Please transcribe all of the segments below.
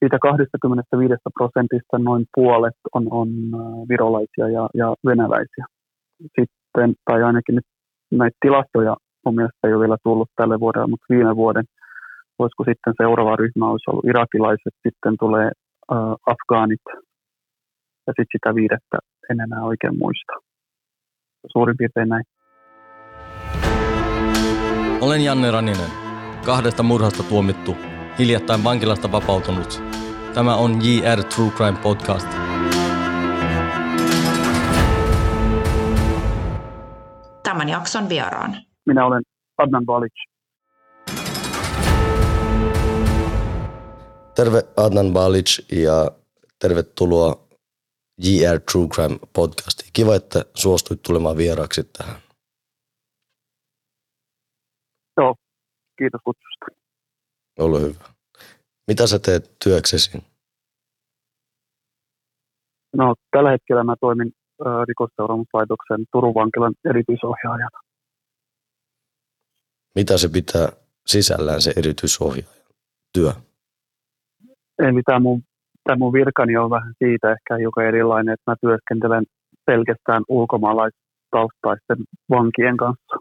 siitä 25% noin puolet on virolaisia ja venäläisiä. Sitten, tai ainakin nyt näitä tilastoja mun mielestä ei ole vielä tullut tälle vuodelle, mutta viime vuoden, voisiko sitten seuraava ryhmä olisi ollut irakilaiset, sitten tulee afgaanit ja sitten sitä viidettä en enää oikein muista. Suurin piirtein näin. Olen Janne Raninen, 2 murhasta tuomittu, hiljattain vankilasta vapautunut. Tämä on JR True Crime Podcast. Tämän jakson vieraan. Minä olen Adnan Balic. Terve Adnan Balic ja tervetuloa JR True Crime Podcastiin. Kiva, että suostuit tulemaan vieraaksi tähän. Joo, kiitos kutsusta. Ole hyvä. Mitä sä teet työksesi? No, tällä hetkellä mä toimin rikosseuraamuslaitoksen Turun vankilan erityisohjaajana. Mitä se pitää sisällään se erityisohjaajan työ? Eli tämä mun virkani on vähän siitä ehkä joka erilainen, että mä työskentelen pelkästään ulkomaalaistaustaisten vankien kanssa.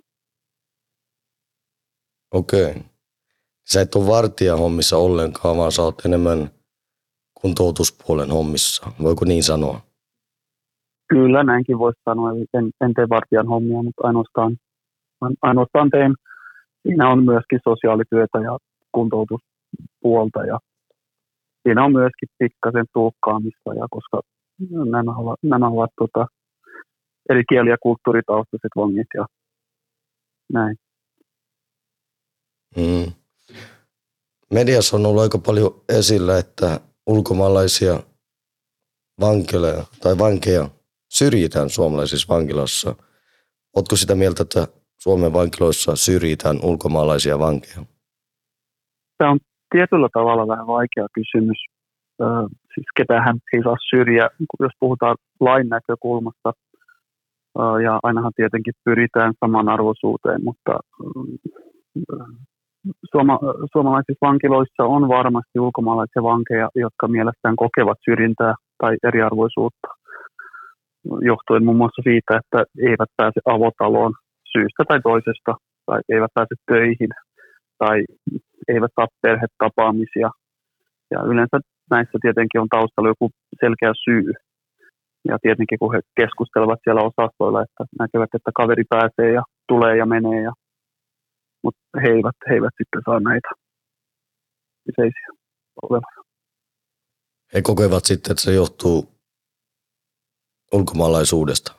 Okei. Sä et ole vartijahommissa ollenkaan, vaan sä oot enemmän kuntoutuspuolen hommissa. Voiko niin sanoa? Kyllä, näinkin voisi sanoa. Eli en tee vartijan hommia, mutta ainoastaan teen. Siinä on myöskin sosiaalityötä ja kuntoutuspuolta ja siinä on myöskin pikkasen tulkkaamista, ja koska nämä ovat eri kieli- ja kulttuuritaustaiset vangit ja näin. Mediassa on ollut aika paljon esillä, että ulkomaalaisia vankeja syrjitään suomalaisissa vankilassa. Ootko sitä mieltä, että Suomen vankiloissa syrjitään ulkomaalaisia vankeja? Tämä on tietyllä tavalla vähän vaikea kysymys. Siis ketähän ei saa syrjiä, jos puhutaan lain näkökulmasta. Ja ainahan tietenkin pyritään samanarvoisuuteen, mutta suomalaisissa vankiloissa on varmasti ulkomaalaisia vankeja, jotka mielestään kokevat syrjintää tai eriarvoisuutta, johtuen muun muassa siitä, että eivät pääse avotaloon syystä tai toisesta, tai eivät pääse töihin, tai eivät saa perhetapaamisia. Ja yleensä näissä tietenkin on taustalla joku selkeä syy. Ja tietenkin kun he keskustelevat siellä osastoilla, että näkevät, että kaveri pääsee ja tulee ja menee, mutta he eivät sitten saa näitä kyseisiä olemaan. He kokevat sitten, että se johtuu ulkomaalaisuudesta.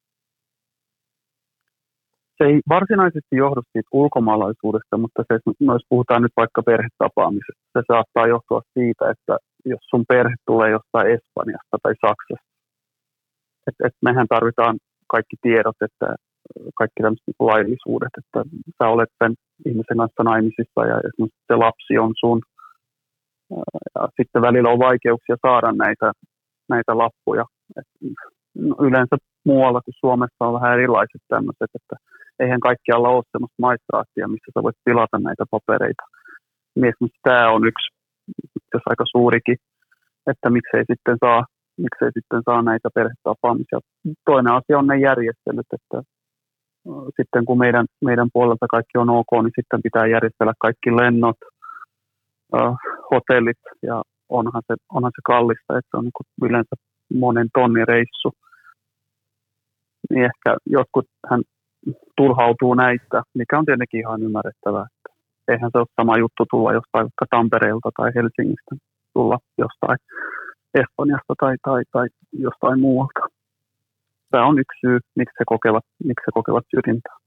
Se ei varsinaisesti johdu siitä ulkomaalaisuudesta, mutta jos puhutaan nyt vaikka perhetapaamisesta, se saattaa johtua siitä, että jos sun perhe tulee jostain Espanjasta tai Saksasta, että mehän tarvitaan kaikki tiedot, että kaikki tämmöiset laillisuudet, että sä olet sen ihmisen kanssa naimisissa ja esimerkiksi se lapsi on sun. Ja sitten välillä on vaikeuksia saada näitä lappuja. Yleensä muualla kuin Suomessa on vähän erilaiset tämmöiset, että eihän kaikkialla ole semmoista maistraattia, missä sä voit tilata näitä papereita. Esimerkiksi tämä on yksi, jos aika suurikin, että miksei sitten saa näitä perhetapaamisia. Toinen asia on ne järjestelyt, että sitten kun meidän puolelta kaikki on ok, niin sitten pitää järjestellä kaikki lennot, hotellit, ja onhan se kallista, että se on niin yleensä monen tonnin reissu. Niin ehkä jotkut hän turhautuu näistä, mikä on tietenkin ihan ymmärrettävää. Että eihän se ole sama juttu tulla jostain vaikka Tampereelta tai Helsingistä, tulla jostain Espanjasta tai jostain muualta. Tämä on yksi syy, miksi he kokevat syrjintää.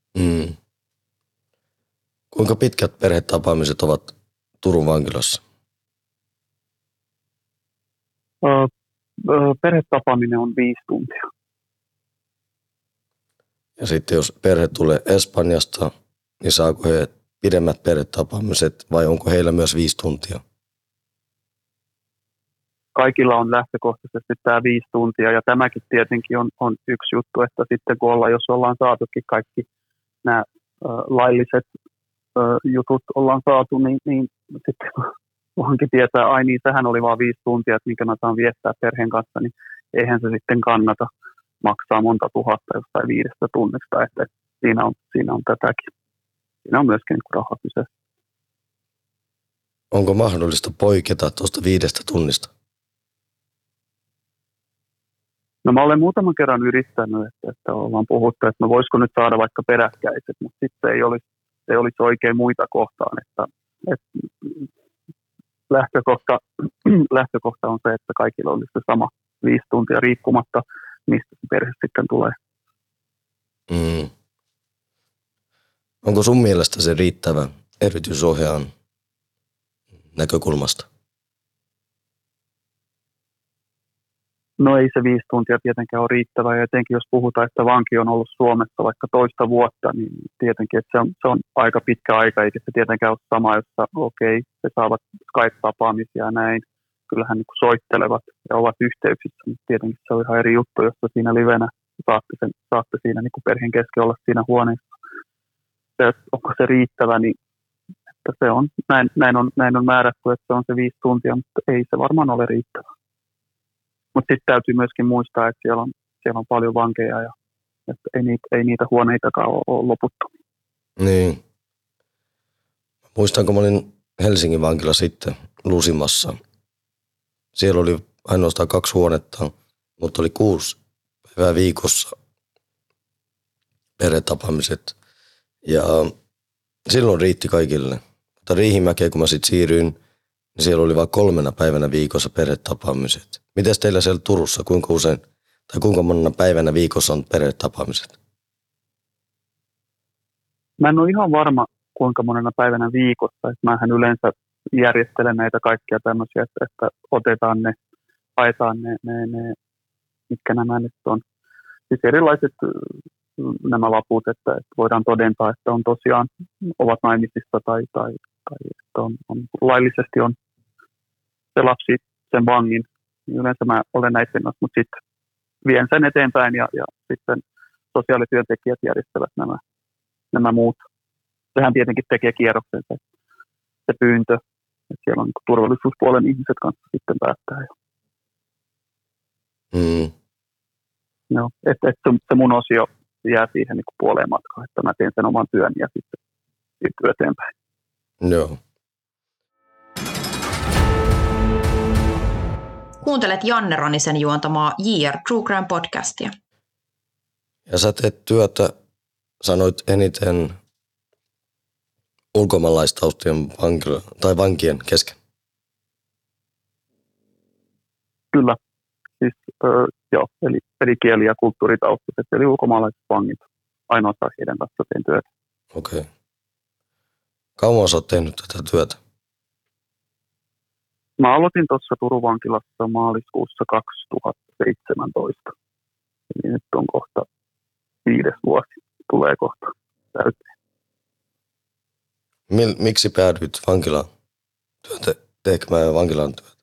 Kuinka pitkät perhetapaamiset ovat Turun vankilassa? Perhetapaaminen on 5 tuntia. Ja sitten jos perhe tulee Espanjasta, niin saako he pidemmät perhetapaamiset vai onko heillä myös 5 tuntia? Kaikilla on lähtökohtaisesti tämä 5 tuntia, ja tämäkin tietenkin on yksi juttu, että sitten kun jos ollaan saatukin kaikki nämä lailliset jutut ollaan saatu, niin sitten vanki tietää, ai niin, sehän oli vaan 5 tuntia, että minkä mä saan viettää perheen kanssa, niin eihän se sitten kannata maksaa monta tuhatta jostain 5 tunnista, että siinä on tätäkin. Siinä on myöskin niin raha kyseessä. Onko mahdollista poiketa tuosta 5 tunnista? No mä olen muutaman kerran yrittänyt, että ollaan puhuttu, että no voisiko nyt saada vaikka peräkkäiset, mutta sitten ei olisi oikein muita kohtaan, että lähtökohta on se, että kaikilla olisi se sama 5 tuntia riippumatta, mistä se perhe sitten tulee. Onko sun mielestä se riittävä erityisohjaajan näkökulmasta? No ei se 5 tuntia tietenkään ole riittävää, ja etenkin jos puhutaan, että vanki on ollut Suomessa vaikka toista vuotta, niin tietenkin, että se on aika pitkä aika, eikä se tietenkään ole sama, jossa he saavat Skype-tapaamisia ja näin. Kyllähän niin kuin soittelevat ja ovat yhteyksissä, mutta tietenkin se on ihan eri juttu, jos siinä livenä saatte siinä niin kuin perheen kesken olla siinä huoneessa. Onko se riittävä, niin että se on, näin on määrätty, että se on se 5 tuntia, mutta ei se varmaan ole riittävä. Mutta sitten täytyy myöskin muistaa, että siellä on paljon vankeja ja että ei niitä huoneitakaan ole loputtomia. Niin. Muistanko, mä olin Helsingin vankila sitten Lusimassa. Siellä oli ainoastaan 2 huonetta, mutta oli 6 päivää viikossa perhetapaamiset. Ja silloin riitti kaikille. Mutta Riihimäkeen, kun mä sitten siirryin, niin siellä oli vain 3 päivänä viikossa perhetapaamiset. Mites teillä siellä Turussa, kuinka usein tai kuinka monena päivänä viikossa on perhetapaamiset? Mä en ole ihan varma, kuinka monena päivänä viikossa. Että mähän yleensä järjestelen näitä kaikkia tämmöisiä, että otetaan haetaan ne, mitkä nämä nyt on. Siis erilaiset nämä laput, että voidaan todentaa, että on tosiaan, ovat naimisissa tai että on laillisesti on se lapsi sen vangin. Yleensä mä olen näiden kanssa, mutta sitten vien sen eteenpäin ja sitten sosiaalityöntekijät järjestävät nämä muut. Sehän tietenkin tekee kierroksen se pyyntö, että siellä on turvallisuuspuolen ihmiset kanssa sitten päättää. No, että se mun osio jää siihen niin kuin puoleen matkaan, että mä teen sen oman työn ja sitten siirtyy eteenpäin. Joo. Kuuntelet Janne Ranisen juontamaa JR True Crime podcastia. Ja sä teet työtä, sanoit eniten ulkomaalaistaustien vankien kesken. Kyllä. Siis, joo, eli kieli- ja kulttuuritaustaiset, eli ulkomaalaiset vangit. Ainoastaan heidän kanssa teen työtä. Okei. Kauan sä oot tehnyt tätä työtä? Mä aloitin tuossa Turun vankilassa maaliskuussa 2017. Eli nyt on kohta 5. vuosi, tulee kohta täyteen. Miksi päädyit vankilaan tekemään vankilan työtä?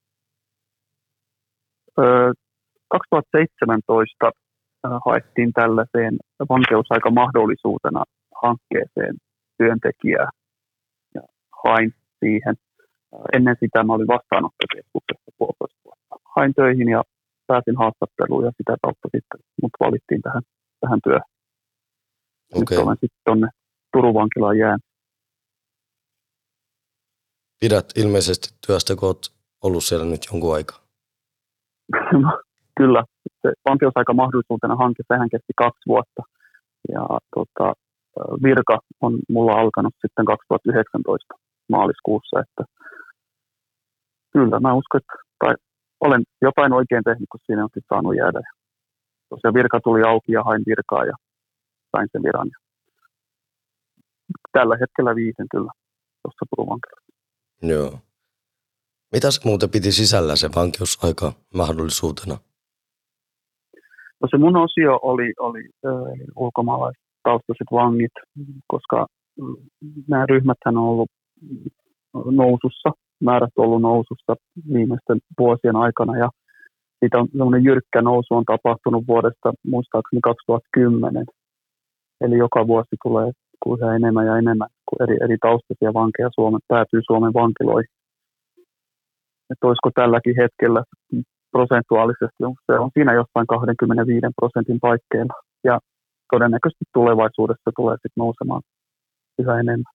2017 haettiin tällaiseen vankeusaikamahdollisuutena hankkeeseen työntekijää ja hain siihen. Ennen sitä mä olin vastaanottokeskuksessa 1,5 vuotta. Hain töihin ja pääsin haastatteluun ja sitä kautta sitten mut valittiin tähän työhön. Okay. Nyt olen sitten tuonne Turun vankilaan jäänyt. Pidät ilmeisesti työstä, kun olet ollut siellä nyt jonkun aikaa. Kyllä. Se vankeusaikamahdollisuutena hanke, sehän kesti 2 vuotta. Ja virka on mulla alkanut sitten 2019 maaliskuussa. Että kyllä, mä uskon, että olen jotain oikein tehnyt, kun siinä on sitten saanut jäädä. Ja tosiaan virka tuli auki ja hain virkaa ja sain sen viran. Ja tällä hetkellä viisen kyllä tuossa Turun vankilassa. Joo. Mitä se muuten piti sisällä se vankeusaika mahdollisuutena? No se mun osio oli ulkomaalaistaustaiset vangit, koska nämä ryhmäthän on ollut nousussa, määrät on ollut nousussa viimeisten vuosien aikana ja siitä on semmoinen jyrkkä nousu on tapahtunut vuodesta muistaakseni 2010. Eli joka vuosi tulee enemmän ja enemmän, kun eri taustaisia vankeja päätyy Suomen vankiloihin. että olisiko tälläkin hetkellä prosentuaalisesti, se on siinä jostain 25% paikkeilla. Ja todennäköisesti tulevaisuudessa tulee sitten nousemaan yhä enemmän.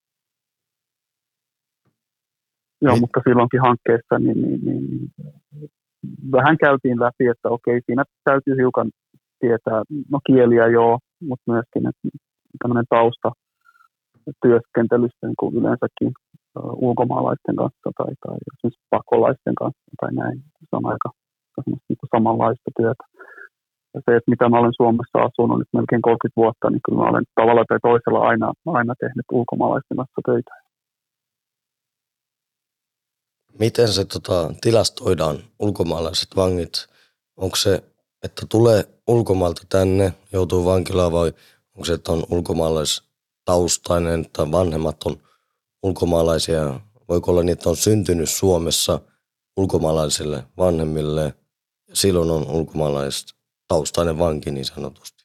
Joo, mutta silloinkin hankkeessa niin vähän käytiin läpi, että okei, siinä täytyy hiukan tietää, no kieliä joo, mutta myöskin tämmöinen tausta työskentelystä niin kuin yleensäkin ulkomaalaisten kanssa tai esimerkiksi pakolaisten kanssa tai näin. Se on aika niin kuin samanlaista työtä. Ja se, että mitä mä olen Suomessa asunut nyt melkein 30 vuotta, niin kyllä mä olen tavalla tai toisella aina tehnyt ulkomaalaisten kanssa töitä. Miten se tilastoidaan ulkomaalaiset vangit? Onko se, että tulee ulkomailta tänne, joutuu vankilaan vai onko se, että on ulkomaalaistaustainen tai vanhemmat on ulkomaalaisia? Voiko olla niin, että on syntynyt Suomessa ulkomaalaisille vanhemmille ja silloin on ulkomaalaistaustainen vanki niin sanotusti?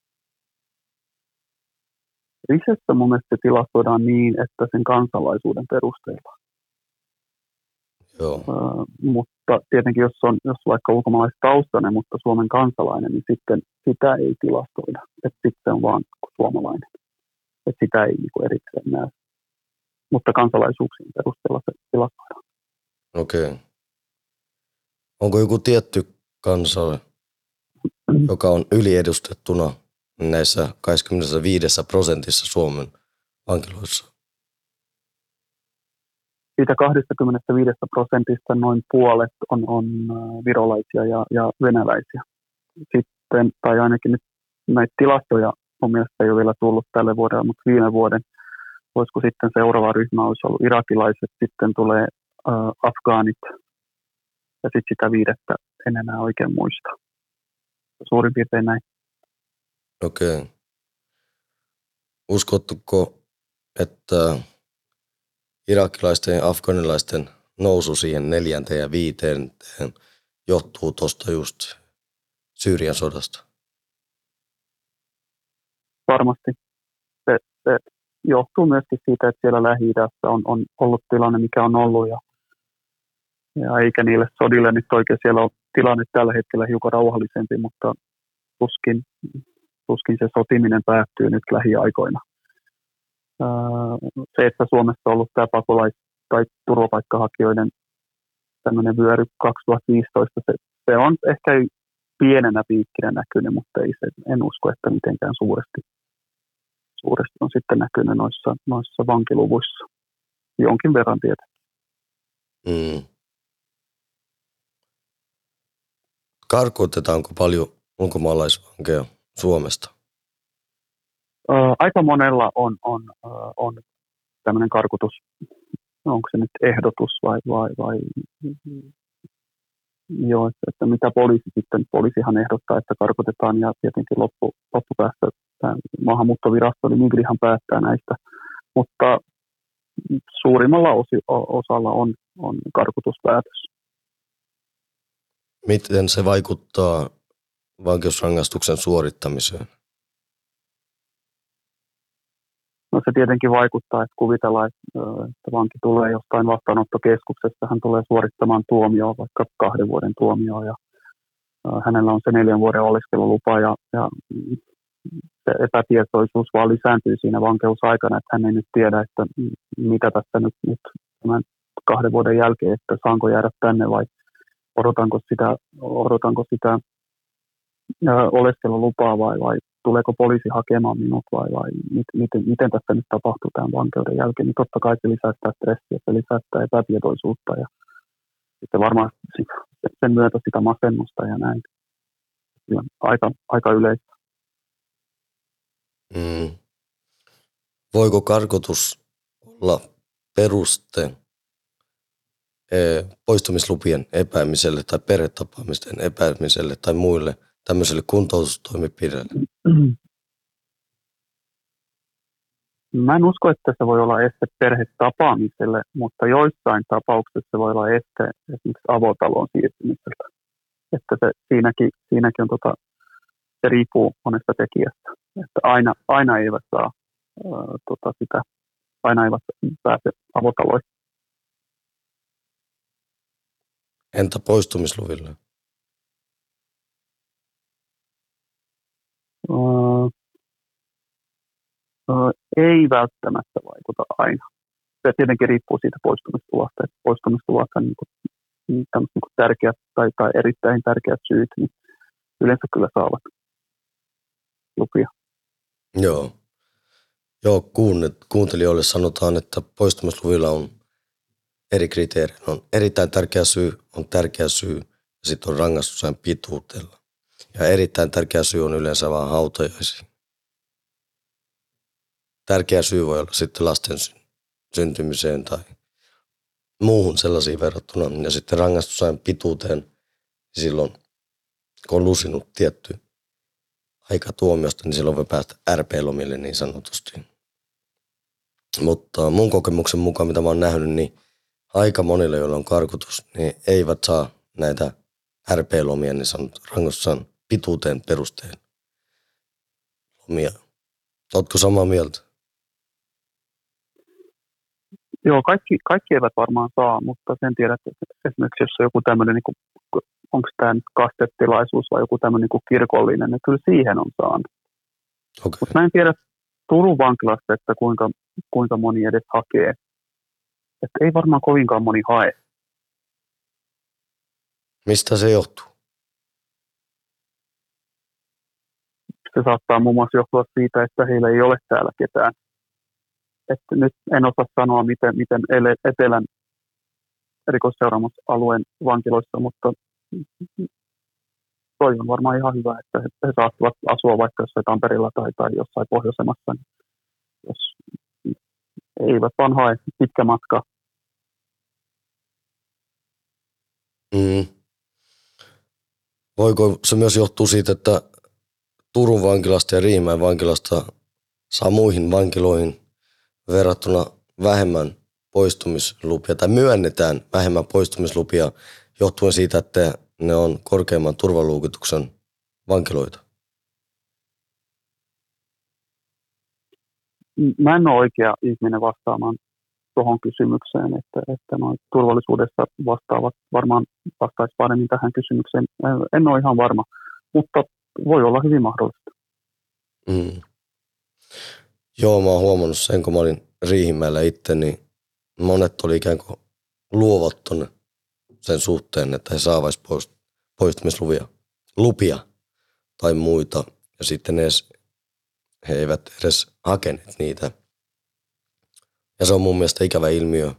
Risessä mun mielestä se tilastoidaan niin, että sen kansalaisuuden perusteella. Joo. Mutta tietenkin, jos vaikka ulkomaalaistaustainen, mutta Suomen kansalainen, niin sitten sitä ei tilastoida. Että sitten se on vaan suomalainen. Että sitä ei niin kuin erikseen näe. Mutta kansalaisuuksien perusteella se tilastoidaan. Okei. Onko joku tietty kansa, joka on yliedustettuna näissä 25% Suomen vankiloissa? Siitä 25% noin puolet on virolaisia ja venäläisiä. Sitten, tai ainakin nyt näitä tilastoja mun mielestä ei ole vielä tullut tälle vuodelle, mutta viime vuoden, voisiko sitten seuraava ryhmä olisi ollut irakilaiset, sitten tulee afgaanit ja sitten sitä viidettä en enää oikein muista. Suurin piirtein näin. Okei. Uskotteko, että irakilaisten ja afganilaisten nousu siihen 4. ja 5. johtuu tuosta just Syyrian sodasta? Varmasti. Se johtuu myöskin siitä, että siellä Lähi-idässä on ollut tilanne, mikä on ollut. Ja eikä niille sodille nyt oikein siellä ole tilanne tällä hetkellä hiukan rauhallisempi, mutta tuskin se sotiminen päättyy nyt lähiaikoina. Se, että Suomessa on ollut tämä pakolais- tai turvapaikkahakijoiden tämmöinen vyöry 2015, se on ehkä pienenä piikkinä näkynyt, mutta en usko, että mitenkään suuresti on sitten näkynyt noissa vankiluvuissa. Jonkin verran tietenkin. Karkotetaanko paljon ulkomaalaisvankeja Suomesta? Aika monella on tämmöinen karkotus, onko se nyt ehdotus vai joo, että mitä poliisihan ehdottaa, että karkotetaan ja tietenkin loppupäässä tämä maahanmuuttovirasto eli Migrihan päättää näistä, mutta suurimmalla osalla on karkotuspäätös. Miten se vaikuttaa vankeusrangaistuksen suorittamiseen? No se tietenkin vaikuttaa, että kuvitellaan, että vanki tulee jostain vastaanottokeskuksesta, hän tulee suorittamaan tuomioon, vaikka 2 vuoden tuomioon, ja hänellä on se 4 vuoden oleskelulupa, ja se epätietoisuus vaan lisääntyy siinä vankeusaikana, että hän ei nyt tiedä, että mitä tässä nyt tämän 2 vuoden jälkeen, että saanko jäädä tänne vai odotanko sitä oleskelulupaa vai tuleeko poliisi hakemaan minut vai miten tässä nyt tapahtuu tämän vankeuden jälkeen, niin totta kai se lisää sitä stressiä, se lisää sitä epätietoisuutta ja sitten varmaan sen myötä sitä masennusta ja näin. Aika yleistä. Voiko karkotus olla peruste poistumislupien epäämiselle tai perhetapaamisten epäämiselle tai muille tämmöiselle kuntoutustoimenpiteille? Mä en usko, että se voi olla este perhetapaamiselle, mutta joissain tapauksissa se voi olla este esimerkiksi avotaloon siirtymiseltä. Että se siinäkin on se riippuu monesta tekijästä. Että aina eivät saa aina eivät pääse avotaloihin. Entä poistumisluvilla? Ei välttämättä vaikuta aina. Se tietenkin riippuu siitä poistumistulasta. Että poistumistulasta niin tärkeät tai erittäin tärkeät syyt, niin yleensä kyllä saavat lupia. Joo, kuuntelijoille sanotaan, että poistumisluvilla on eri kriteerejä. On erittäin tärkeä syy ja sitten on rangaistusajan pituutella. Ja erittäin tärkeä syy on yleensä vaan hautajaisiin. Tärkeä syy voi olla sitten lasten syntymiseen tai muuhun sellaisiin verrattuna. Ja sitten rangaistusajan pituuteen silloin, kun on lusinut tietty aika tuomiosta, niin silloin voi päästä RP-lomille niin sanotusti. Mutta mun kokemuksen mukaan, mitä mä oon nähnyt, niin aika monille, joilla on karkotus, niin eivät saa näitä RP-lomia, niin sanottu rangaistusajan pituuteen perusteen lomia. Ootko samaa mieltä? Joo, kaikki eivät varmaan saa, mutta sen tiedät, että esimerkiksi jos on joku tämmöinen, niin onko tämä nyt kastetilaisuus vai joku tämmöinen niin kirkollinen, niin kyllä siihen on saanut. Okay. Mutta mä en tiedä Turun vankilasta, että kuinka moni edes hakee. Että ei varmaan kovinkaan moni hae. Mistä se johtuu? Se saattaa muun muassa johtua siitä, että heillä ei ole täällä ketään. Että nyt en osaa sanoa, miten etelän rikosseuraamusalueen vankiloissa, mutta toi on varmaan ihan hyvä, että he saattavat asua vaikka jossain Tampereella tai jossain pohjoisemmassa, niin jos eivät vaan hae pitkä matka. Voiko se myös johtua siitä, että Turun vankilasta ja Riihimäen vankilasta saa muihin vankiloihin verrattuna vähemmän poistumislupia tai myönnetään vähemmän poistumislupia johtuen siitä, että ne on korkeamman turvaluokituksen vankiloita? Mä en ole oikea ihminen vastaamaan tuohon kysymykseen, että turvallisuudessa vastaavat varmaan vastaisi paremmin tähän kysymykseen. En ole ihan varma, mutta voi olla hyvin mahdollista. Joo, mä oon huomannut sen, kun mä olin Riihimäellä itse, niin monet oli ikään kuin luovat tonne sen suhteen, että he saavat poistumislupia tai muita, ja sitten he eivät edes hakeneet niitä. Ja se on mun mielestä ikävä ilmiö,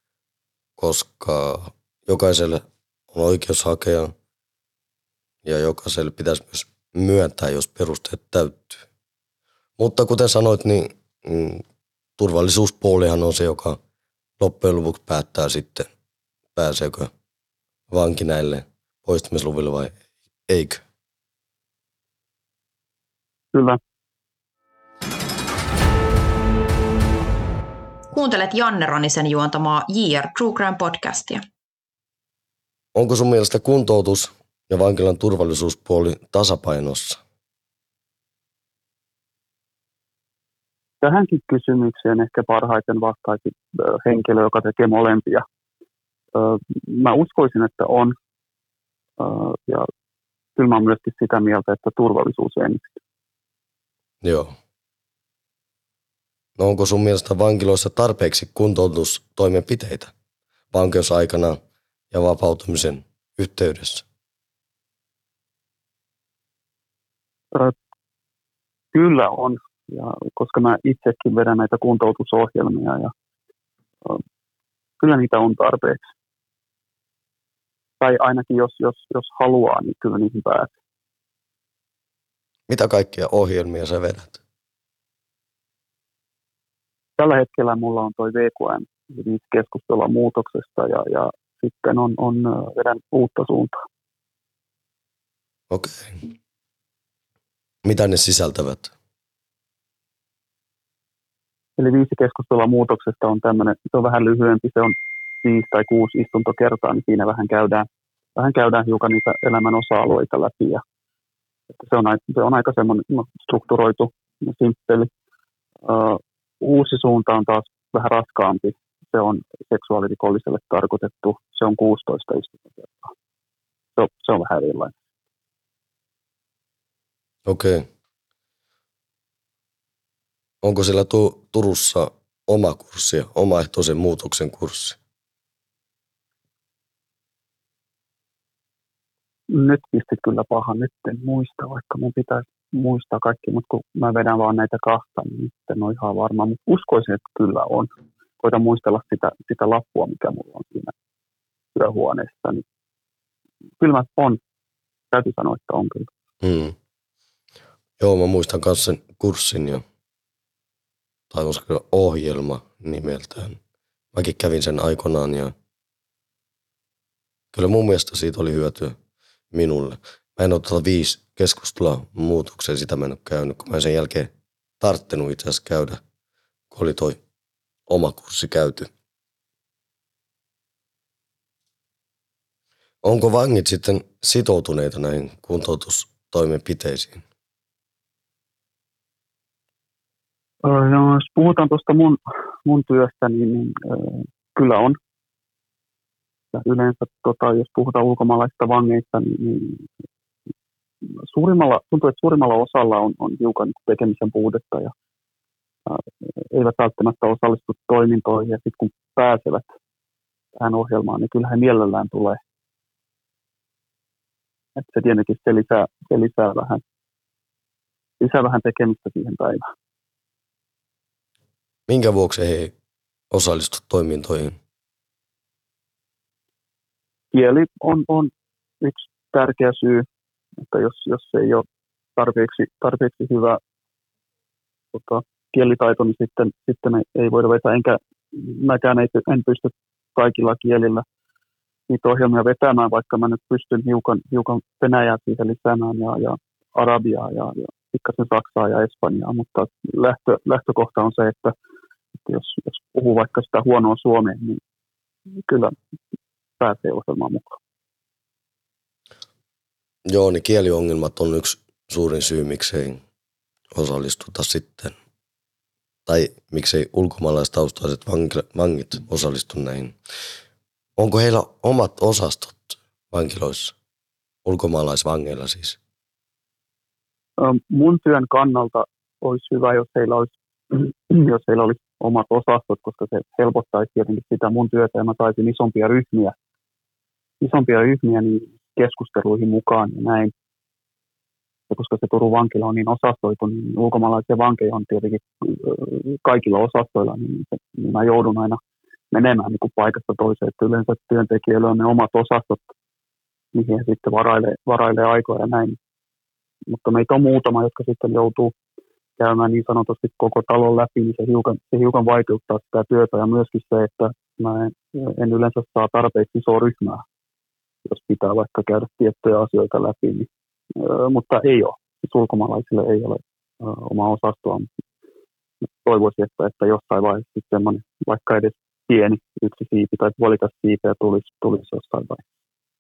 koska jokaiselle on oikeus hakea ja jokaiselle pitäisi myös myöntää, jos perusteet täyttyy. Mutta kuten sanoit, niin turvallisuuspuolihan on se, joka loppujen lopuksi päättää sitten, pääseekö vanki näille poistumisluville vai eikö. Kyllä. Kuuntelet Janne Ranisen juontamaa JR True Crime podcastia. Onko sun mielestä kuntoutus ja vankilan turvallisuuspuoli tasapainossa? Tähänkin kysymykseen ehkä parhaiten vastaisi henkilö, joka tekee molempia. Mä uskoisin, että on. Ja kyllä mä oon myöskin sitä mieltä, että turvallisuus ensin. Joo. No onko sun mielestä vankiloissa tarpeeksi kuntoutustoimenpiteitä vankeusaikana ja vapautumisen yhteydessä? Kyllä on, ja koska mä itsekin vedän näitä kuntoutusohjelmia ja kyllä niitä on tarpeeksi. Tai ainakin jos haluaa, niin kyllä niihin pääsee. Mitä kaikkia ohjelmia sä vedät? Tällä hetkellä mulla on toi VKM, eli keskustelua muutoksesta, ja sitten on vedän uutta suuntaa. Okei. Mitä ne sisältävät? Eli 5 keskustelua muutoksesta on tämmöinen, se on vähän lyhyempi, se on 5 tai 6 istuntokertaa, niin siinä vähän käydään hiukan niitä elämän osa-alueita läpi. Ja se on aika semmoinen strukturoitu ja simppeli. Uusi suunta on taas vähän raskaampi. Se on seksuaalirikolliselle tarkoitettu. Se on 16 istuntokertaa. vähän erilainen. Okei. Onko siellä Turussa oma kurssi, omaehtoisen muutoksen kurssi? Nyt pistit kyllä paha, nyt en muista, vaikka mun pitäisi muistaa kaikki, mutta kun mä vedän vaan näitä kahta, niin nyt en ole ihan varma, mutta uskoisin, että kyllä on. Koitan muistella sitä lappua, mikä mulla on siinä työhuoneessa, niin kyllä mä on. Täytyy sanoa, että on kyllä. Joo, mä muistan myös sen kurssin jo. Tai olisiko ohjelma nimeltään. Mäkin kävin sen aikoinaan ja kyllä mun mielestä siitä oli hyötyä minulle. Mä en ole 5 keskustelua muutokseen, sitä mä en ole käynyt, kun mä en sen jälkeen tarttenut itse asiassa käydä, kun oli toi oma kurssi käyty. Onko vangit sitten sitoutuneita näihin kuntoutustoimenpiteisiin? No, jos puhutaan tuosta mun työstä, niin kyllä on. Ja yleensä, jos puhutaan ulkomaalaisista vangeista, niin tuntuu, että suurimmalla osalla on hiukan tekemisen puutetta ja eivät välttämättä osallistu toimintoihin. Ja sitten kun pääsevät tähän ohjelmaan, niin kyllä he mielellään tulee. Että se tietenkin se lisää vähän tekemistä siihen päivään. Minkä vuoksi he ei osallistu toimintoihin? Kieli on yksi tärkeä syy, että jos ei ole tarpeeksi hyvä kielitaito, niin sitten ei voida vetää, enkä mäkään en pysty kaikilla kielillä niitä ohjelmia vetämään, vaikka mä nyt pystyn hiukan venäjää siihen lisäämään ja arabiaa ja pikkasen saksaa ja espanjaa, mutta lähtökohta on se, että jos puhuu vaikka sitä huonoa suomea, niin kyllä pääsee ohjelmaan mukaan. Joo, niin kieliongelmat on yksi suurin syy, miksei osallistuta sitten. Tai miksei ulkomaalaistaustaiset vangit osallistu näihin. Onko heillä omat osastot vankiloissa? Ulkomaalaisvangeilla siis? Mun työn kannalta olisi hyvä, jos heillä olisi omat osastot, koska se helpottaisi tietenkin sitä mun työtä ja mä saisin isompia ryhmiä niin keskusteluihin mukaan ja näin. Ja koska se Turun vankila on niin osastoitu, niin ulkomaalaisia vankeja on tietenkin kaikilla osastoilla, niin mä joudun aina menemään niin kuin paikasta toiseen. Että yleensä työntekijöillä on ne omat osastot, mihin he sitten varailee aikoja ja näin. Mutta meitä on muutama, jotka sitten joutuu käymään niin sanotusti koko talon läpi, niin se hiukan vaikeuttaa sitä työtä. Ja myöskin se, että mä en yleensä saa tarpeeksi isoa ryhmää, jos pitää vaikka käydä tiettyjä asioita läpi. Niin, mutta ei ole. Siis ulkomaalaisille ei ole omaa osastoa. Toivoisin, että jossain vaiheessa sitten semmoinen, vaikka edes pieni yksi siipi tai puolikas siipeä tulisi jossain vaiheessa.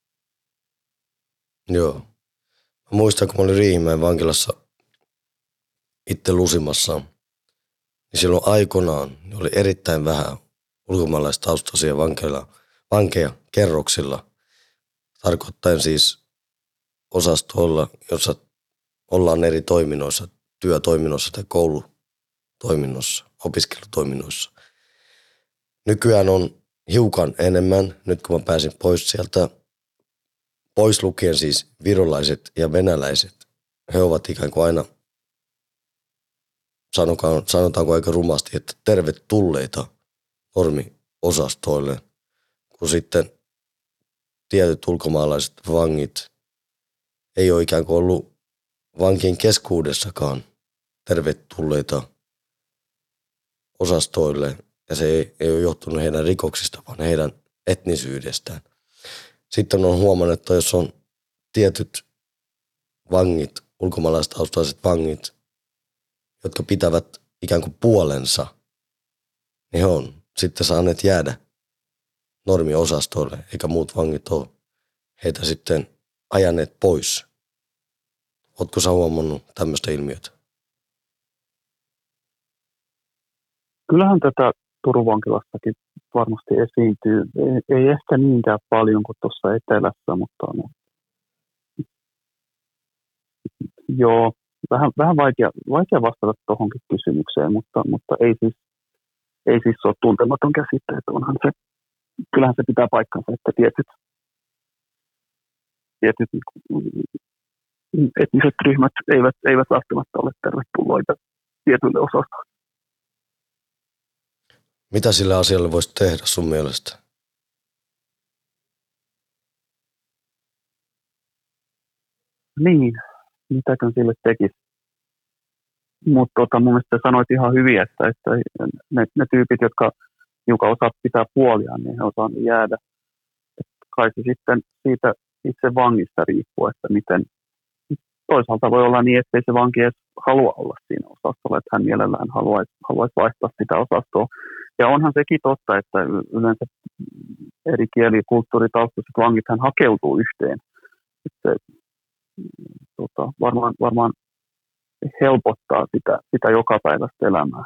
Joo. Mä muistan, kun mä olin Riihimäen vankilassa itse lusimassa, niin silloin aikoinaan oli erittäin vähän ulkomaalaistaustaisia vankeja kerroksilla. Tarkoittaen siis osastolla, jossa ollaan eri toiminnoissa, työtoiminnoissa tai koulutoiminnoissa, opiskelutoiminnoissa. Nykyään on hiukan enemmän, nyt kun mä pääsin pois sieltä, pois lukien siis virolaiset ja venäläiset. He ovat ikään kuin aina, sanotaanko aika rumasti, että tervetulleita normiosastoille, kun sitten tietyt ulkomaalaiset vangit ei ole ikään kuin ollut vankien keskuudessakaan tervetulleita osastoille, ja se ei ole johtunut heidän rikoksista, vaan heidän etnisyydestään. Sitten on huomannut, että jos on tietyt vangit, ulkomaalaistaustaiset vangit, jotka pitävät ikään kuin puolensa, niin he on sitten saaneet jäädä normiosastoille, eikä muut vangit ole heitä sitten ajaneet pois. Ootko sä huomannut tämmöistä ilmiötä? Kyllähän tätä Turun vankilassakin varmasti esiintyy. Ei ehkä niinkään paljon kuin tuossa etelässä, mutta Joo, vähän vaikea vastata tuohonkin kysymykseen, mutta ei siis ole tuntematon käsite, että kyllähän se pitää paikkansa, että tietyt etniset ryhmät eivät välttämättä ole tervetulleita tietyille osastoille. Mitä sillä asialle voisi tehdä sun mielestä? Niin, mitäkään sille tekisi. Mutta mun mielestä sanoit ihan hyvin, että ne tyypit, jotka osaa pitää puoliaan, niin he osaa jäädä. Et kai se sitten siitä itse vangista riippuu, että miten. Toisaalta voi olla niin, ettei se vanki edes halua olla siinä osastolla, että hän mielellään haluaisi vaihtaa sitä osastoa. Ja onhan sekin totta, että yleensä eri kieli- ja kulttuuritaustaiset vangit hän hakeutuu yhteen. Että varmaan helpottaa sitä jokapäiväistä elämää.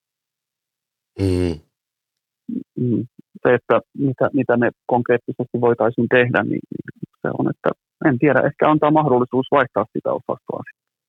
Mm. Se, että mitä me konkreettisesti voitaisiin tehdä, niin se on, että en tiedä, ehkä antaa mahdollisuus vaihtaa sitä osastoa.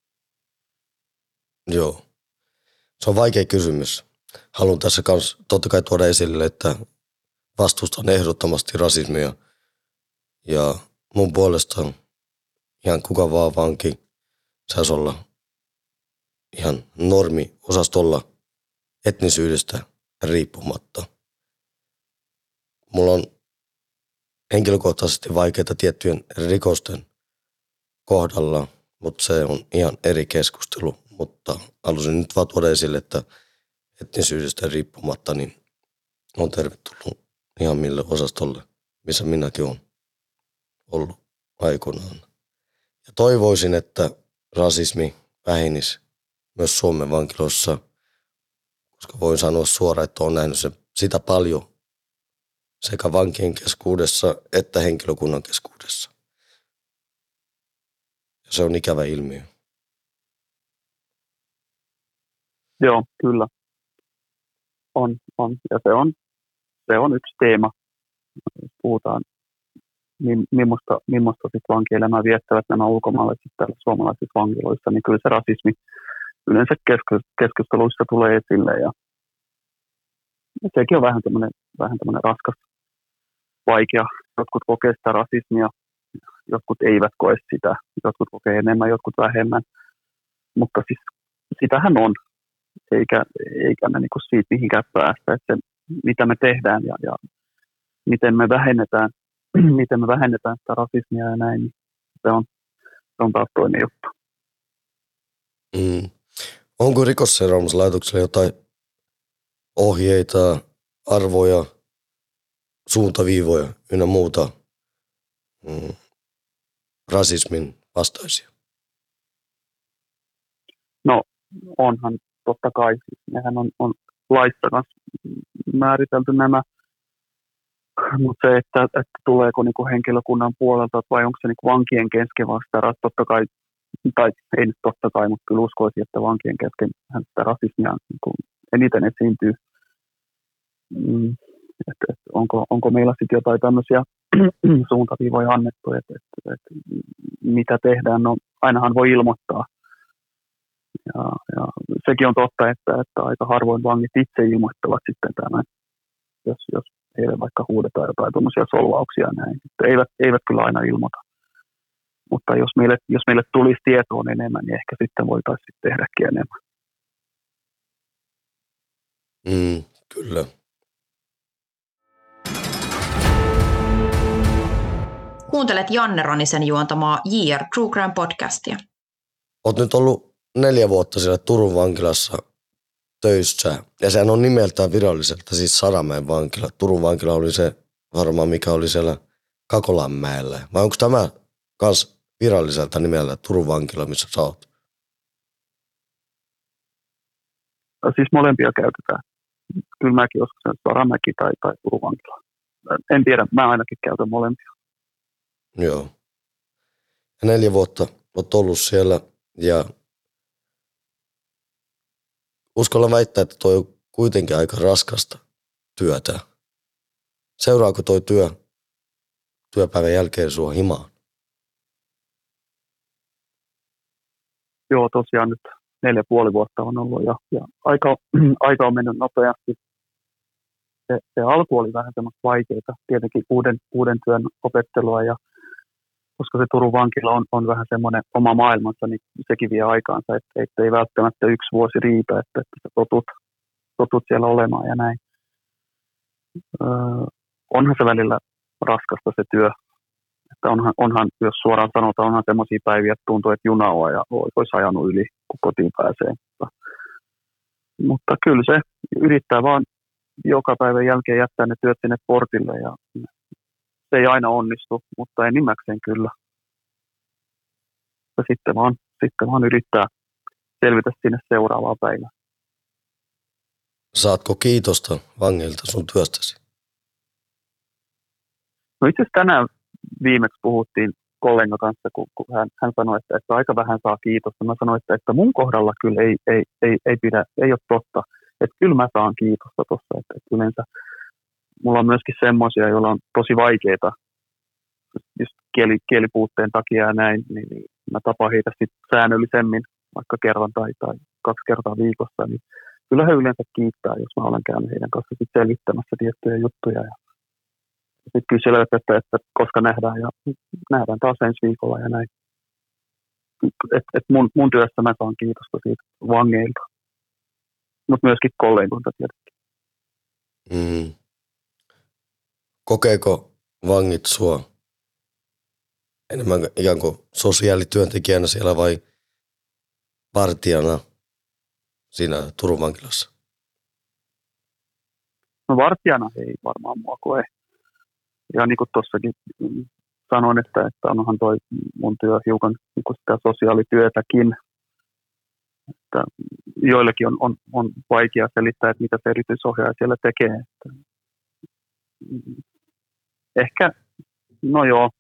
Joo. Se on vaikea kysymys. Haluan tässä kanssa totta kai tuoda esille, että vastustan ehdottomasti rasismia. Ja mun puolestaan ihan kuka vaan vanki saisi olla ihan normi-osastolla etnisyydestä riippumatta. Mulla on henkilökohtaisesti vaikeita tiettyjen rikosten kohdalla, mutta se on ihan eri keskustelu. Mutta halusin nyt vaan tuoda esille, että etnisyydestä riippumatta niin on tervetullut ihan mille osastolle, missä minäkin olen ollut aikoinaan. Ja toivoisin, että rasismi vähenisi myös Suomen vankiloissa, koska voin sanoa suoraan, että olen nähnyt sitä paljon sekä vankien keskuudessa että henkilökunnan keskuudessa. Ja se on ikävä ilmiö. Joo, kyllä. On. Ja se on yksi teema. Jos puhutaan, millaista sit vankielämää viettävät nämä ulkomaalaiset täällä suomalaisissa vankiloissa, niin kyllä se rasismi yleensä keskusteluissa tulee esille. Ja sekin on vähän tämmöinen raskas, vaikea. Jotkut kokee sitä rasismia, jotkut eivät koe sitä, jotkut kokee enemmän, jotkut vähemmän. Mutta siis sitähän on, eikä me niinku siitä mihinkään päästä, että se, mitä me tehdään ja miten me vähennetään sitä rasismia ja näin, niin se on taas toinen juttu. Onko Rikosseuraamuslaitoksella jotain ohjeita, arvoja, suuntaviivoja ynnä muuta rasismin vastaisia? No onhan totta kai, nehän on laissa kanssa määritelty nämä, mutta se, että tuleeko niinku henkilökunnan puolelta vai onko se niinku vankien kesken vasta, totta kai, tai ei nyt totta kai, mutta kyllä uskoisin, että vankien kesken sitä rasismia niinku eniten esiintyy. Onko meillä sitten jotain tämmöisiä suuntaviivoja annettu, että mitä tehdään, no ainahan voi ilmoittaa. Ja sekin on totta, että aika harvoin vangit itse ilmoittavat sitten tämän, jos heille vaikka huudetaan jotain tuommoisia solvauksia näin. Eivät kyllä aina ilmoita. Mutta jos meille tulisi tietoon enemmän, niin ehkä sitten voitaisiin tehdäkin enemmän. Kyllä. Kuuntelet Janne Ranisen juontamaa JR True Crime podcastia. Olet nyt ollut 4 vuotta siellä Turun vankilassa töissä. Ja sehän on nimeltään viralliselta, siis Saramäen vankila. Turun vankila oli se varmaan, mikä oli siellä Kakolanmäellä. Vai onko tämä kans viralliselta nimellä Turun vankila, missä sä oot? Siis molempia käytetään. Kyllä mäkin joskus sen Saramäki tai Turun vankila. En tiedä, mä ainakin käytän molempia. Joo. Ja 4 vuotta olet ollut siellä ja uskalla väittää, että toi on kuitenkin aika raskasta työtä. Seuraako toi työpäivän jälkeen sua himaan? joo, tosiaan nyt 4,5 vuotta on ollut ja aika on mennyt nopeasti. Se alku oli vähän semmoista vaikeaa, tietenkin uuden työn opettelua, ja koska se Turun vankila on vähän semmoinen oma maailmansa, niin sekin vie aikaansa, että ei välttämättä 1 vuosi riitä, että sä totut siellä olemaan ja näin. Onhan se välillä raskasta se työ, että onhan jos suoraan sanotaan, onhan semmoisia päiviä, että tuntuu, että juna on ja olisi ajanut yli, kun kotiin pääsee. Mutta kyllä se yrittää vaan joka päivän jälkeen jättää ne työt sinne portille, ja se ei aina onnistu, mutta enimmäkseen kyllä. Ja sitten vaan yrittää selvitä sinne seuraavaa päivää. Saatko kiitosta vangeilta sun työstäsi? No itse asiassa tänään viimeksi puhuttiin kollegan kanssa, kun hän sanoi, että aika vähän saa kiitosta. Mä sanoin, että mun kohdalla kyllä ei ole totta. Että kyllä mä saan kiitosta tuossa. Että yleensä mulla on myöskin semmoisia, joilla on tosi vaikeita just kielipuutteen takia ja näin, niin mä tapaan heitä sitten säännöllisemmin, vaikka kerran tai 2 kertaa viikossa, niin kyllä he yleensä kiittää, jos mä olen käynyt heidän kanssa sit selvittämässä tiettyjä juttuja. Ja sitten kyselevät, että koska nähdään taas ensi viikolla ja näin. Et mun työssä mä saan kiitosta siitä vangeilta, mutta myöskin kollegoilta tietenkin. Kokeeko vangit sua enemmän ikään kuin sosiaalityöntekijänä siellä vai vartijana siinä Turun vankilassa? No vartijana ei varmaan mua koe. Ja niin kuin tuossakin sanoin, että onhan toi mun työ hiukan niin kuin sitä sosiaalityötäkin. Että joillekin on vaikea selittää, että mitä se erityisohjaaja siellä tekee. Ehkä, no joo,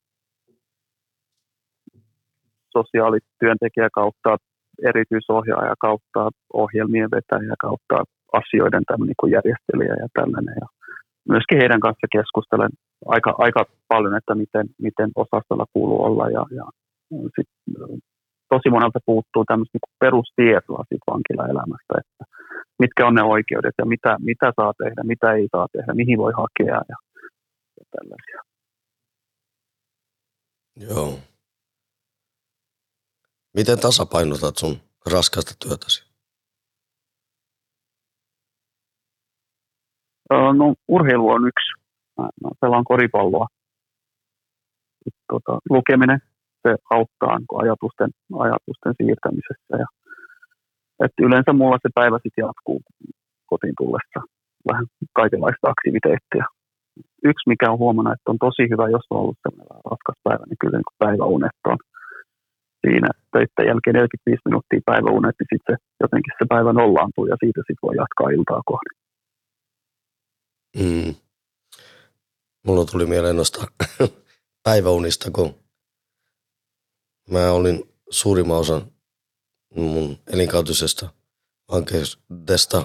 sosiaalityöntekijä kautta erityisohjaaja kautta ohjelmien vetäjä kautta asioiden niin järjestelijä ja tällainen. Ja myöskin heidän kanssa keskustelen aika paljon, että miten osastolla kuuluu olla. Ja sit, tosi monelta puuttuu tämmöistä niin perustietoa siitä vankilaelämästä, että mitkä on ne oikeudet ja mitä saa tehdä, mitä ei saa tehdä, mihin voi hakea ja tällaisia. Joo. Miten tasapainotat sun raskasta työtäsi? No urheilu on yksi. Mä pelaan koripalloa. Lukeminen, se auttaa ajatusten siirtämisessä. Ja, että yleensä mulla se päivä sitten jatkuu kotiin tullessa. Vähän kaikenlaista aktiviteettia. Yksi, mikä on huomannut, että on tosi hyvä, jos on ollut sellainen raskas päivä, niin kyllä niin päiväunet on siinä töiden jälkeen 45 minuuttia päiväunet, niin sitten jotenkin se päivä nollaantuu ja siitä sitten voi jatkaa iltaa kohden. Mulla tuli mieleen noista päiväunista, kun mä olin suurimman osan mun elinkautisesta vankeudesta,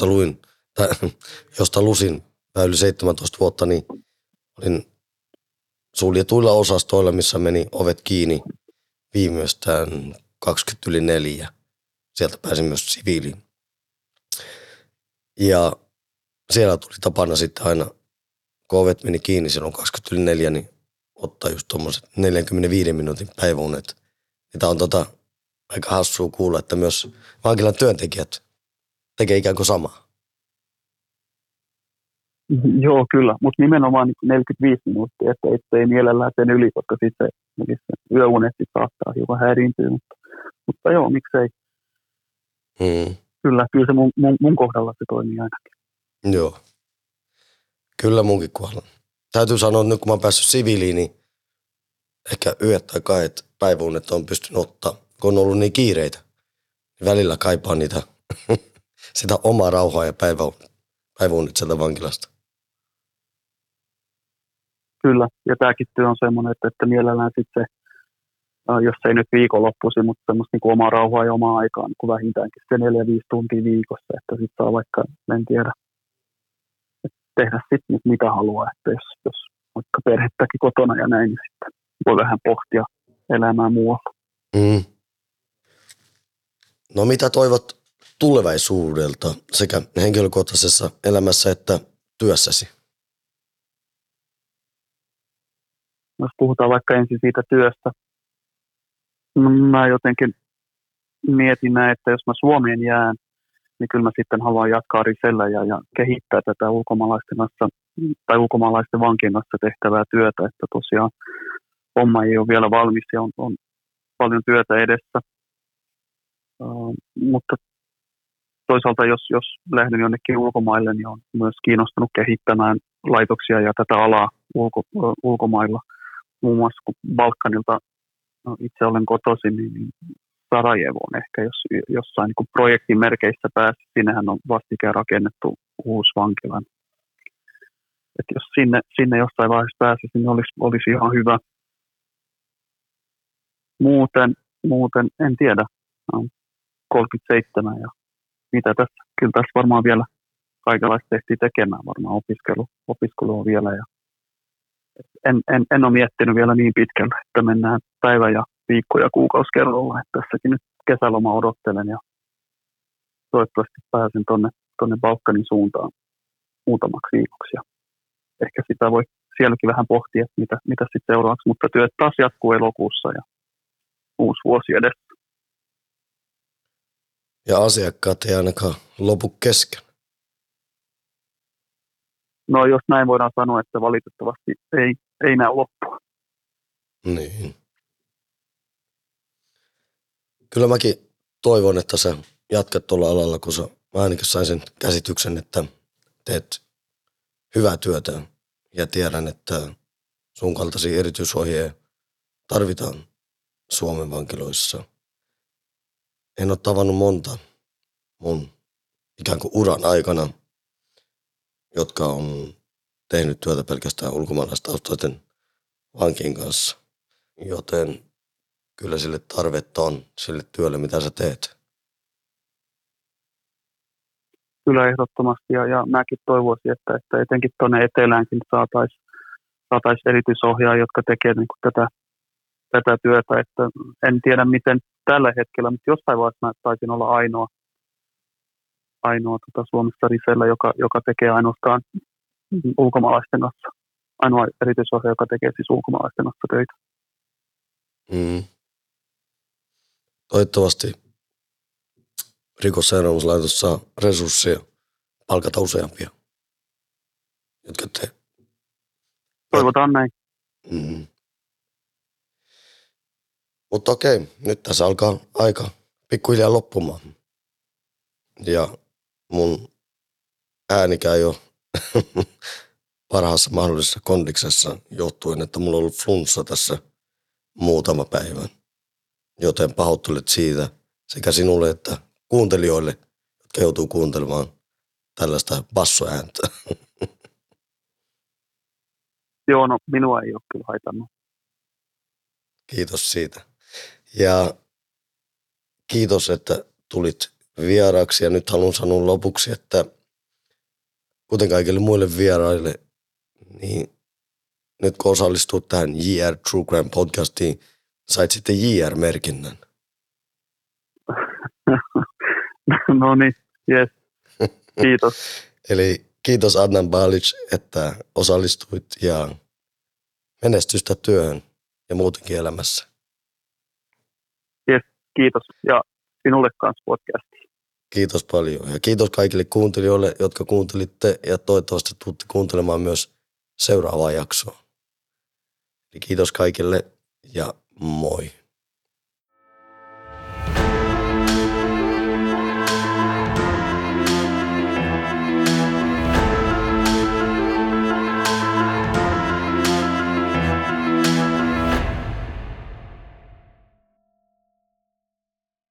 josta lusin yli 17 vuotta, niin olin suljetuilla osastoilla, missä meni ovet kiinni viimeistään 4:20. Sieltä pääsin myös siviiliin. Ja siellä tuli tapana sitten aina, kun ovet meni kiinni silloin 4:20, niin ottaa just tommoset 45 minuutin päiväunet. Tämä on aika hassua kuulla, että myös vankilan työntekijät tekee ikään kuin samaa. Joo, kyllä, mutta nimenomaan 45 minuuttia, että ei mielellään sen yli, koska sitten se yöunet saattaa hiukan häiriintyä, mutta joo, miksei. Kyllä se mun kohdalla se toimii ainakin. Joo, kyllä munkin kohdalla. Täytyy sanoa, että nyt kun mä oon päässyt siviiliin, niin ehkä yöt tai 2 päiväunet on pystynyt ottaa, kun on ollut niin kiireitä. Välillä kaipaan niitä, sitä omaa rauhaa ja päiväunet sieltä vankilasta. Kyllä, ja tämäkin työ on semmoinen, että mielellään sitten se, jos ei nyt viikonloppuisin, mutta semmoista niin kuin omaa rauhaa ja omaa aikaa niin kuin vähintäänkin se 4-5 tuntia viikossa, että sitten saa vaikka, en tiedä, tehdä sitten mitä haluaa, että jos vaikka perhettäkin kotona ja näin, niin sitten voi vähän pohtia elämää muualla. No mitä toivot tulevaisuudelta sekä henkilökohtaisessa elämässä että työssäsi? Jos puhutaan vaikka ensin siitä työstä, mä jotenkin mietin näin, että jos mä Suomeen jään, niin kyllä mä sitten haluan jatkaa Risellä ja kehittää tätä ulkomaalaisten vankien kanssa tehtävää työtä, että tosiaan homma ei ole vielä valmis ja on paljon työtä edessä. Mutta toisaalta jos lähden jonnekin ulkomaille, niin on myös kiinnostunut kehittämään laitoksia ja tätä alaa ulkomailla. Muun muassa kun Balkanilta itse olen kotoisin, niin Sarajevo on ehkä jossain niin projektin merkeissä pääsi. Sinnehän on vastikään rakennettu uusi vankila. Et jos sinne jossain vaiheessa pääsisi, niin olisi ihan hyvä. Muuten en tiedä. 37 ja mitä tässä. Kyllä tässä varmaan vielä kaikenlaista tehtiin tekemään. Varmaan opiskelu on vielä. Ja en ole miettinyt vielä niin pitkälle, että mennään päivä ja viikko ja kuukausi kerralla. Että tässäkin nyt kesäloma odottelen ja toivottavasti pääsen tuonne Balkanin suuntaan muutamaksi viikoksi. Ja ehkä sitä voi sielläkin vähän pohtia, että mitä sitten seuraavaksi. Mutta työt taas jatkuu elokuussa ja uusi vuosi edessä. Ja asiakkaat ei ainakaan lopu kesken. No jos näin voidaan sanoa, että valitettavasti ei näy loppua. Niin. Kyllä mäkin toivon, että sä jatkat tuolla alalla, kun mä ainakin sain sen käsityksen, että teet hyvää työtä ja tiedän, että sun kaltaisia erityisohjeja tarvitaan Suomen vankiloissa. En ole tavannut monta mun ikään kuin uran aikana, jotka on tehnyt työtä pelkästään ulkomaalaistaustaisten vankien kanssa. Joten kyllä sille tarvetta on sille työlle, mitä sä teet. Kyllä ehdottomasti ja mäkin toivoisin, että etenkin tuonne eteläänkin saataisiin erityisohjaajia, jotka tekee niin kuin tätä työtä. Että en tiedä miten tällä hetkellä, mutta jossain vaiheessa mä taisin olla ainoa Suomessa Risellä, joka tekee ainoastaan ulkomaalaisten kanssa. Ainoa erityisohjaaja, joka tekee siis ulkomaalaisten kanssa töitä. Mm. Toivottavasti Rikosseuraamuslaitos saa resursseja palkata useampia, jotka te. Toivotaan näin. Mm. Mutta okei, nyt tässä alkaa aika pikkuhiljaa loppumaan. Ja mun äänikään jo parhaassa mahdollisessa kondiksessa johtuen, että mulla on ollut flunssa tässä muutama päivä. Joten pahoittelet siitä sekä sinulle että kuuntelijoille, jotka joutuu kuuntelemaan tällaista bassoääntä. Joo, no minua ei ole kyllä haitannut. Kiitos siitä. Ja kiitos, että tulit vieraaksi. Ja nyt haluan sanoa lopuksi, että kuten kaikille muille vieraille, niin nyt kun osallistut tähän JR True Crime podcastiin, sait sitten JR-merkinnän. No niin, jes. Kiitos. Eli kiitos Adnan Balic, että osallistuit ja menestystä työhön ja muutenkin elämässä. Jes, kiitos. Ja sinulle kanssa podcastiin. Kiitos paljon. Ja kiitos kaikille kuuntelijoille, jotka kuuntelitte ja toivottavasti tuutte kuuntelemaan myös seuraavaa jaksoa. Eli kiitos kaikille ja moi.